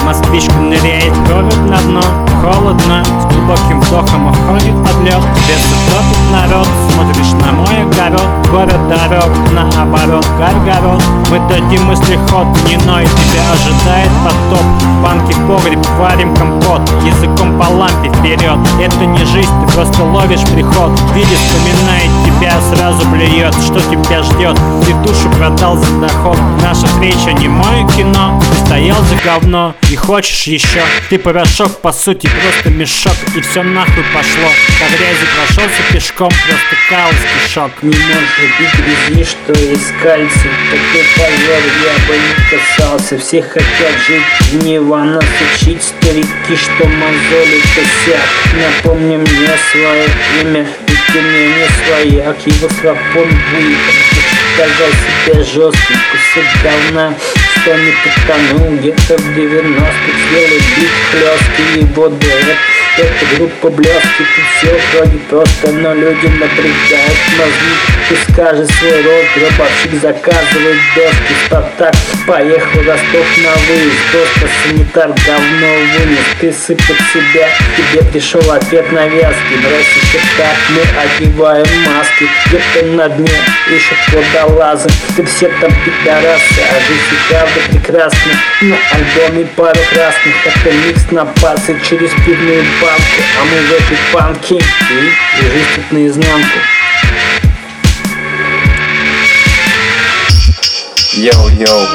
Москвичка ныряет, город на дно. Холодно, с глубоким вдохом уходит под лед. Без топит народ, смотришь на мой огород. Город дорог, наоборот, горгород. Мы дадим мысли ход, не ной, тебя ожидает потоп. Банки в погреб, варим компот. Языком по лампе вперед. Это не жизнь, ты просто ловишь приход. Видит, вспоминает тебя, сразу блюет. Что тебя ждет? Ты душу продал за доход. Наша встреча не мое кино. Ты стоял за говно и хочешь еще. Ты порошок, по сути, просто мешок. И все нахуй пошло. По грязи прошелся пешком, просто хаос, кишок. Не может быть грязи, что есть кальций. Такой позор я бы не касался. Все хотят жить в него, нас учить старики, что мозоли косяк. Напомни мне свое имя, ведь ты мне не свояк. Его слопон выехал, показал себя жестким. Кусок говна, что не потонул. Где-то в 90-х сделай бит хлесткий. Его дуэт, это группа блески. Тут все вроде просто, но люди напрягают мозги. Ты скажи свой род, гробовщик заказывает доски. Спартак поехал Ростов на выезд, просто санитар говно вынес. Ты сыпать себя, тебе пришел ответ на вязки. Брось еще так, мы одеваем маски. Где-то на дне ищут водолазы. Ты все там пидорасы, а жизнь и правда прекрасна. На альбоме пару красных, это микс на пасы через пивную банку. А мы в этой панке и жизнь тут наизнанку. Йоу-йоу.